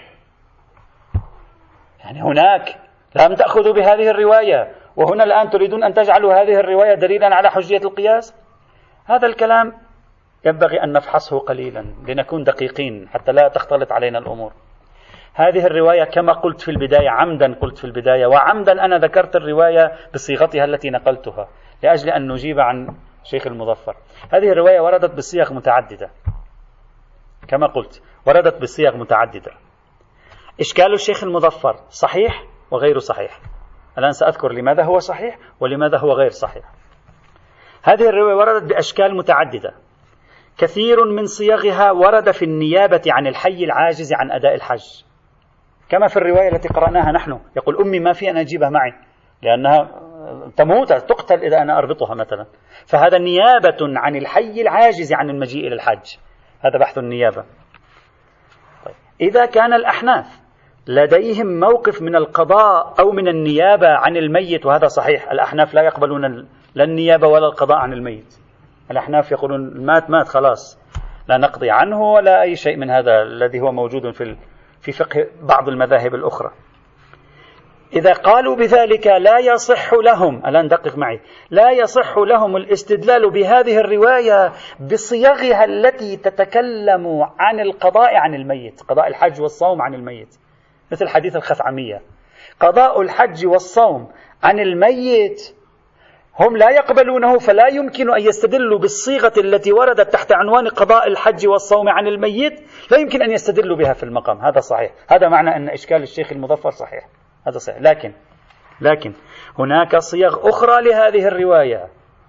يعني هناك لم تأخذوا بهذه الرواية، وهنا الآن تريدون أن تجعلوا هذه الرواية دليلا على حجية القياس. هذا الكلام ينبغي أن نفحصه قليلا لنكون دقيقين حتى لا تختلط علينا الأمور. هذه الرواية كما قلت في البداية، عمدا قلت في البداية وعمدا أنا ذكرت الرواية بصيغتها التي نقلتها لأجل أن نجيب عن شيخ المظفر. هذه الرواية وردت بصيغ متعددة، كما قلت وردت بصيغ متعددة. إشكال الشيخ المظفر صحيح وغير صحيح. الآن سأذكر لماذا هو صحيح ولماذا هو غير صحيح. هذه الرواية وردت بأشكال متعددة، كثير من صيغها ورد في النيابة عن الحي العاجز عن أداء الحج، كما في الرواية التي قرأناها نحن، يقول أمي ما في أن أجيبها معي لأنها تموت تقتل إذا أنا أربطها مثلا. فهذا نيابة عن الحي العاجز عن المجيء إلى الحج، هذا بحث النيابة. طيب. إذا كان الأحناف لديهم موقف من القضاء أو من النيابة عن الميت، وهذا صحيح، الأحناف لا يقبلون لا النيابة ولا القضاء عن الميت. الأحناف يقولون مات مات خلاص لا نقضي عنه ولا أي شيء من هذا الذي هو موجود في في فقه بعض المذاهب الأخرى. إذا قالوا بذلك لا يصح لهم، الآن دقق معي، لا يصح لهم الاستدلال بهذه الرواية بصيغها التي تتكلم عن القضاء عن الميت، قضاء الحج والصوم عن الميت، مثل حديث الخثعمية. قضاء الحج والصوم عن الميت هم لا يقبلونه، فلا يمكن أن يستدلوا بالصيغة التي وردت تحت عنوان قضاء الحج والصوم عن الميت، لا يمكن أن يستدلوا بها في المقام. هذا صحيح، هذا معنى أن إشكال الشيخ المظفر صحيح، هذا صحيح. لكن لكن هناك صيغ أخرى لهذه الرواية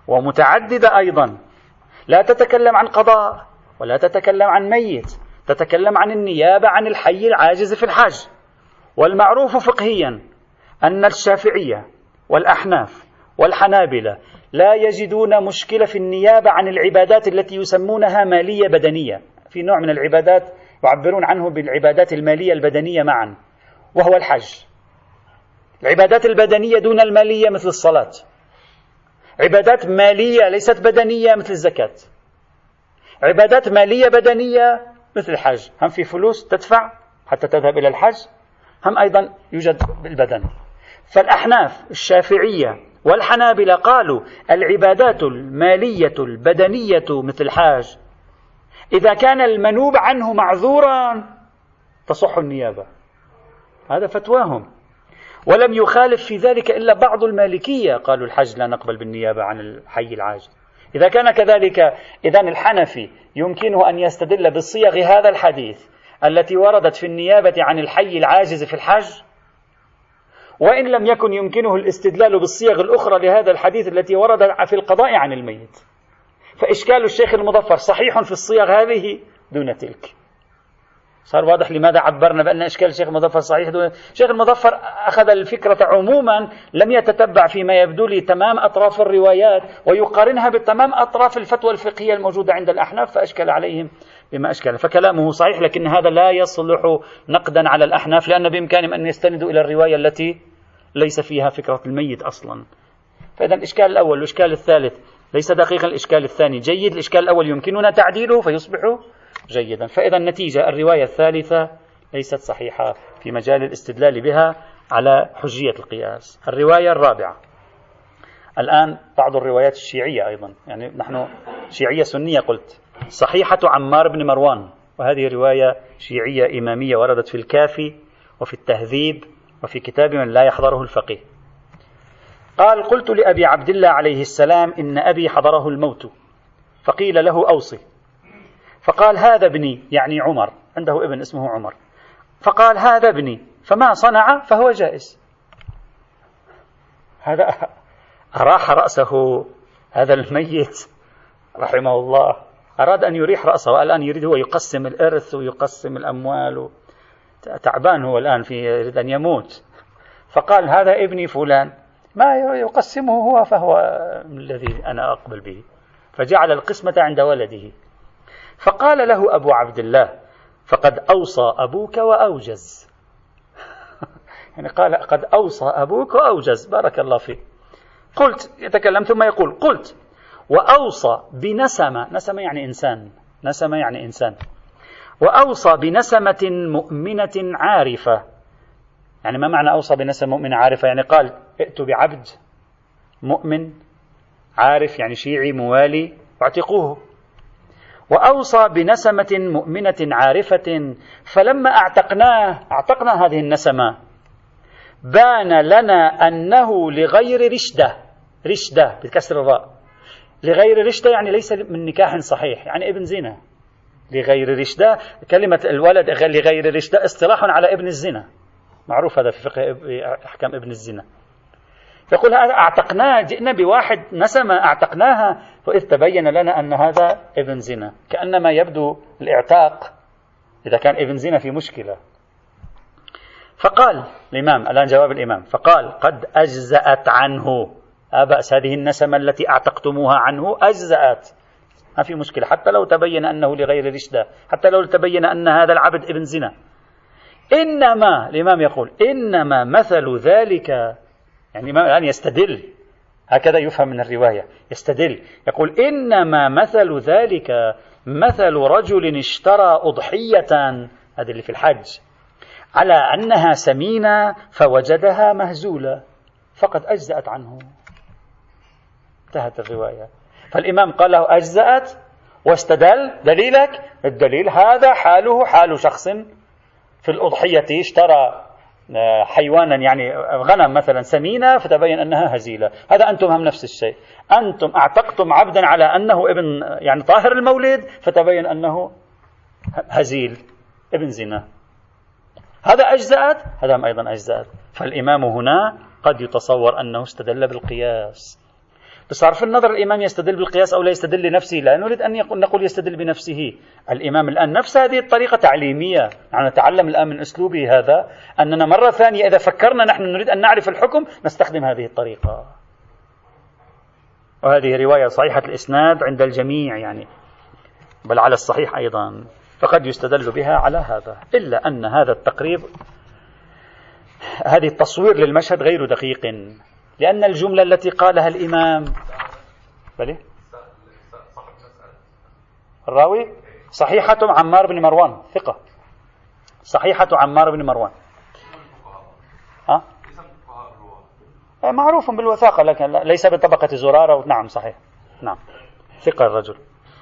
ومتعددة أيضا، لا تتكلم عن قضاء ولا تتكلم عن ميت، تتكلم عن النيابة عن الحي العاجز في الحج. والمعروف فقهيا أن الشافعية والأحناف والحنابلة لا يجدون مشكلة في النيابة عن العبادات التي يسمونها مالية بدنية. في نوع من العبادات يعبرون عنه بالعبادات المالية البدنية معا، وهو الحج. العبادات البدنية دون المالية مثل الصلاة، عبادات مالية ليست بدنية مثل الزكاة، عبادات مالية بدنية مثل الحج. هم في فلوس تدفع حتى تذهب إلى الحج، هم أيضا يوجد بالبدن. فالأحناف الشافعية والحنابلة قالوا العبادات المالية البدنية مثل الحاج إذا كان المنوب عنه معذورا تصح النيابة. هذا فتواهم، ولم يخالف في ذلك إلا بعض المالكية، قالوا الحج لا نقبل بالنيابة عن الحي العاجز. إذا كان كذلك إذن الحنفي يمكنه أن يستدل بالصيغ هذا الحديث التي وردت في النيابة عن الحي العاجز في الحج، وإن لم يكن يمكنه الاستدلال بالصيغ الأخرى لهذا الحديث التي وردت في القضاء عن الميت. فإشكال الشيخ المظفر صحيح في الصيغ هذه دون تلك. صار واضح لماذا عبرنا بأن إشكال الشيخ المظفر صحيح دون. الشيخ المظفر أخذ الفكرة عموما، لم يتتبع فيما يبدو لي تمام أطراف الروايات ويقارنها بتمام أطراف الفتوى الفقهية الموجودة عند الأحناف، فأشكل عليهم بما أشكل. فكلامه صحيح، لكن هذا لا يصلح نقدا على الأحناف، لأن بإمكانهم أن يستندوا إلى الرواية التي ليس فيها فكرة الميت أصلا. فإذا الإشكال الأول والإشكال الثالث ليس دقيقا، الإشكال الثاني جيد، الإشكال الأول يمكننا تعديله فيصبح جيدا. فإذا النتيجة الرواية الثالثة ليست صحيحة في مجال الاستدلال بها على حجية القياس. الرواية الرابعة الآن بعض الروايات الشيعية أيضا، يعني نحن شيعية سنية قلت، صحيحة عمار بن مروان، وهذه رواية شيعية إمامية وردت في الكافي وفي التهذيب وفي كتاب من لا يحضره الفقيه. قال: قلت لأبي عبد الله عليه السلام إن أبي حضره الموت فقيل له أوصي، فقال: هذا ابني، يعني عمر، عنده ابن اسمه عمر، فقال: هذا ابني، فما صنع فهو جائز. هذا أراح رأسه هذا الميت رحمه الله، أراد أن يريح رأسه، والآن يريد هو يقسم الإرث ويقسم الأموال، تعبان هو الآن في يريد أن يموت. فقال: هذا ابني فلان، ما يقسمه هو فهو الذي أنا أقبل به، فجعل القسمة عند ولده. فقال له أبو عبد الله: فقد أوصى أبوك وأوجز. يعني قال قد أوصى أبوك وأوجز، بارك الله فيه. قلت، يتكلم ثم يقول: قلت وأوصى بنسمة، نسمة يعني إنسان، نسمة يعني إنسان، وأوصى بنسمة مؤمنة عارفة. يعني ما معنى أوصى بنسمة مؤمنة عارفة؟ يعني قال: ائتوا بعبد مؤمن عارف، يعني شيعي موالي، واعتقوه. وأوصى بنسمة مؤمنة عارفة، فلما اعتقناه اعتقنا هذه النسمة بان لنا أنه لغير رشدة، رشدة بكسر الراء، لغير رشدة يعني ليس من نكاح صحيح، يعني ابن زنا. لغير رشدة، كلمة الولد لغير رشدة اصطلاح على ابن الزنا، معروف هذا في فقه أحكام ابن الزنا. يقول: هذا اعتقناه، جئنا بواحد نسمة اعتقناها، فإذ تبين لنا أن هذا ابن زنا. كأنما يبدو الإعتاق إذا كان ابن زنا في مشكلة. فقال الإمام، الآن جواب الإمام، فقال: قد أجزأت عنه، لا بأس، هذه النسمة التي اعتقتموها عنه أجزأت، ما في مشكلة، حتى لو تبين أنه لغير رشدة، حتى لو تبين أن هذا العبد ابن زنا. إنما الإمام يقول: إنما مثل ذلك، يعني الإمام الآن يستدل، هكذا يفهم من الرواية، يستدل يقول: إنما مثل ذلك مثل رجل اشترى أضحية، هذا اللي في الحج، على أنها سمينة فوجدها مهزولة فقد أجزأت عنه. انتهت الرواية. فالإمام قال له أجزأت واستدل. دليلك؟ الدليل هذا حاله حال شخص في الأضحية اشترى حيوانا، يعني غنم مثلا سمينة، فتبين أنها هزيلة. هذا أنتم هم نفس الشيء، أنتم اعتقتم عبدا على أنه ابن يعني طاهر المولد، فتبين أنه هزيل ابن زنا. هذا أجزأت، هذا أيضا أجزأت. فالإمام هنا قد يتصور أنه استدل بالقياس. بصرف النظر الإمام يستدل بالقياس أو لا يستدل لنفسه، لا نريد أن نقول يستدل بنفسه. الإمام الآن نفس هذه الطريقة تعليمية، نحن نتعلم الآن من أسلوبه هذا أننا مرة ثانية إذا فكرنا نحن نريد أن نعرف الحكم نستخدم هذه الطريقة. وهذه رواية صحيحة الإسناد عند الجميع يعني، بل على الصحيح أيضا، فقد يستدل بها على هذا. إلا أن هذا التقريب، هذه التصوير للمشهد غير دقيق، لأن الجملة التي قالها الإمام بلي الراوي صحيحة عمار بن مروان ثقة، صحيحة عمار بن مروان ها؟ معروف بالوثاقة لكن ليس بطبقة زرارة. نعم صحيح، نعم ثقة الرجل.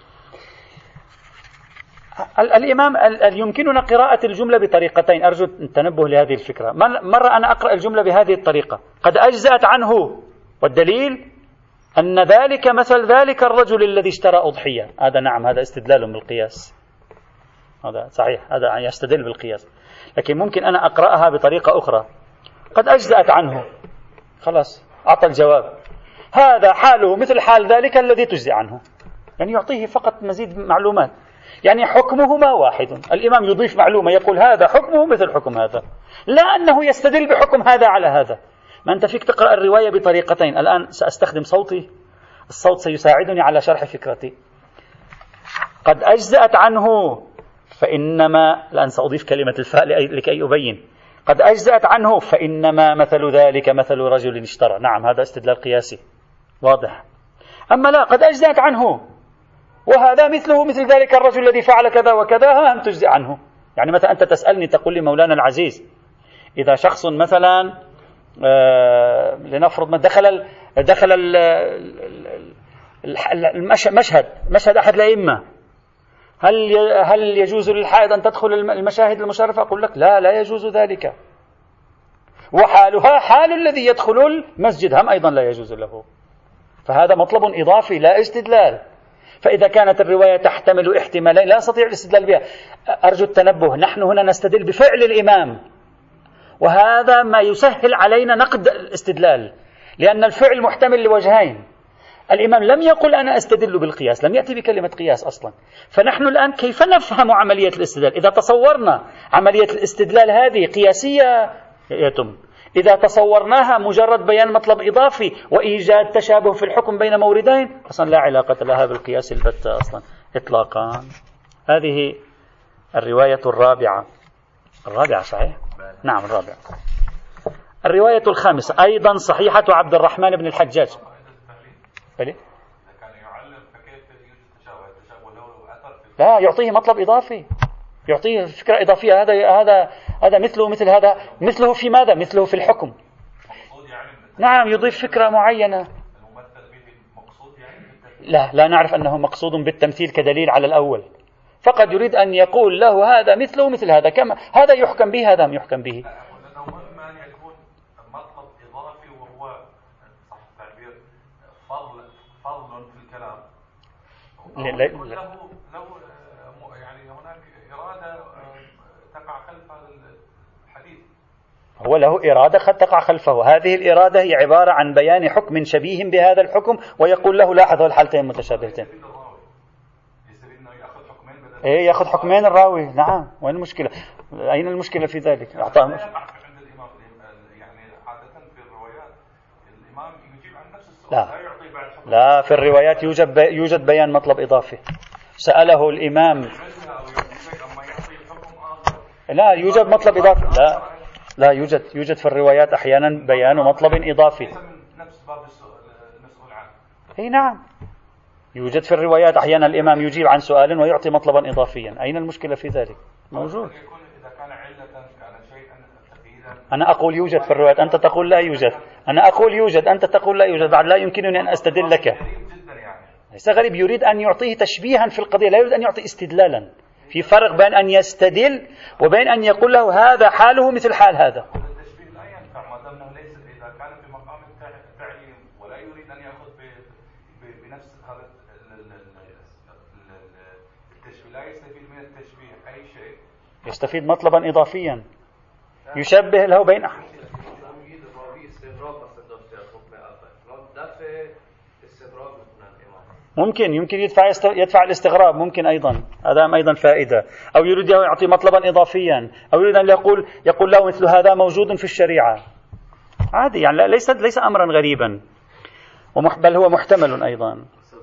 الإمام يمكننا قراءة الجملة بطريقتين، أرجو التنبه لهذه الفكرة. مرة أنا أقرأ الجملة بهذه الطريقة: قد أجزأت عنه، والدليل أن ذلك مثل ذلك الرجل الذي اشترى أضحية. هذا نعم، هذا استدلال بالقياس، هذا صحيح، هذا يستدل بالقياس. لكن ممكن أنا أقرأها بطريقة أخرى: قد أجزأت عنه، خلاص أعطى الجواب، هذا حاله مثل حال ذلك الذي تجزئ عنه، يعني يعطيه فقط مزيد معلومات، يعني حكمهما واحد. الإمام يضيف معلومة يقول هذا حكمه مثل حكم هذا، لا أنه يستدل بحكم هذا على هذا. ما أنت فيك تقرأ الرواية بطريقتين. الآن سأستخدم صوتي، الصوت سيساعدني على شرح فكرتي. قد أجزأت عنه، فإنما، الآن سأضيف كلمة الفاء لكي أبين. قد أجزأت عنه فإنما مثل ذلك مثل رجل اشترى. نعم هذا استدلال قياسي واضح. أما لا، قد أجزأت عنه وهذا مثله مثل ذلك الرجل الذي فعل كذا وكذا، هم تجزئ عنه. يعني مثلا أنت تسألني تقول لي مولانا العزيز، إذا شخص مثلا آه لنفرض ما دخل ال دخل ال المشهد مشهد أحد الأئمة، هل هل يجوز للحائض أن تدخل المشاهد المشرفة؟ أقول لك لا، لا يجوز ذلك، وحالها حال الذي يدخل المسجد هم أيضا لا يجوز له. فهذا مطلب إضافي لا استدلال. فإذا كانت الرواية تحتمل احتمالين لا أستطيع الاستدلال بها. أرجو التنبه، نحن هنا نستدل بفعل الإمام، وهذا ما يسهل علينا نقد الاستدلال، لأن الفعل محتمل لوجهين. الإمام لم يقل أنا أستدل بالقياس، لم يأتي بكلمة قياس أصلا. فنحن الآن كيف نفهم عملية الاستدلال؟ إذا تصورنا عملية الاستدلال هذه قياسية يتم، إذا تصورناها مجرد بيان مطلب إضافي وإيجاد تشابه في الحكم بين موردين، أصلا لا علاقة لها بالقياس البتة أصلا إطلاقا. هذه الرواية الرابعة. الرابعة صحيح؟ نعم الرابعة. الرواية الخامسة أيضا صحيحة عبد الرحمن بن الحجاج. بلي؟ لا، يعطيه مطلب إضافي، يعطيه فكرة إضافية. هذا هذا هذا مثله مثل هذا، مثله في ماذا؟ مثله في الحكم. نعم يضيف فكرة معينة. لا لا نعرف أنه مقصود بالتمثيل كدليل على الأول، فقد يريد أن يقول له هذا مثله مثل هذا، كما هذا يحكم به هذا يحكم به. لا لا له له يعني هناك إرادة تقع خلف هذا الحديث، هو له إرادة قد تقع خلفه. هذه الإرادة هي عبارة عن بيان حكم شبيه بهذا الحكم، ويقول له لاحظ الحالتين متشابهتين. إيه يأخذ حكمين الراوي. نعم، وين المشكلة؟ أين المشكلة في ذلك؟ أعطاه مش... لا لا، في الروايات يوجد بي... يوجد بيان مطلب إضافي. سأله الإمام، لا يوجد مطلب إضافي، لا لا يوجد يوجد في الروايات أحيانا بيان مطلب إضافي. أي نعم، يوجد في الروايات أحيانا الإمام يجيب عن سؤال ويعطي مطلبا إضافيا. أين المشكلة في ذلك؟ موجود. أنا أقول يوجد في الروايات، أنت تقول لا يوجد. أنا أقول يوجد، أنت تقول لا يوجد. بعد لا يمكنني أن أستدل لك. ليس غريب، يريد أن يعطيه تشبيها في القضية، لا يريد أن يعطي استدلالا. في فرق بين أن يستدل وبين أن يقول له هذا حاله مثل حال هذا. التشبيه لا ينفع ما دام ليس إذا كان في مقام التعليم ولا يريد أن يأخذ بنفس هذا التشبيه، لا يستفيد من التشبيه أي شيء، يستفيد مطلبا إضافيا يشبه له بين أحد. ممكن يمكن يدفع يدفع الاستغراب، ممكن أيضا هذا أيضا فائدة، أو يريد يعطي مطلبا إضافيا، أو يريد أن يقول يقول له مثل هذا موجود في الشريعة، عادي يعني، ليس ليس أمرا غريبا، بل هو محتمل أيضا.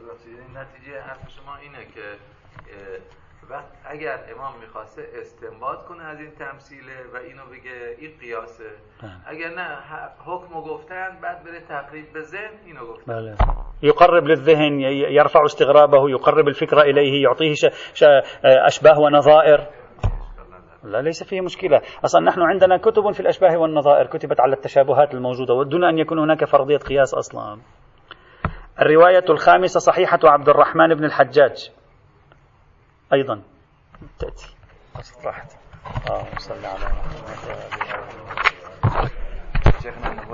وقت اگر امام میخواسته استنباط کنه از این تمثیله و اینو بگه این قیاسه، اگر نه حکمو گفتن بعد بره تقریب به ذهن اینو گفتن. بله. يقرب للذهن، يرفع استغرابه، يقرب الفكرة إليه، يعطيه ش... ش... أشباه ونظائر. لا ليس فيه مشكلة. أصلا نحن عندنا كتب في الأشباه والنظائر كتبت على التشابهات الموجودة ودون أن يكون هناك فرضية قياس أصلا. الرواية الخامسة صحيحة عبد الرحمن بن الحجاج أيضا تأتي راحت. آه صلى على محمد.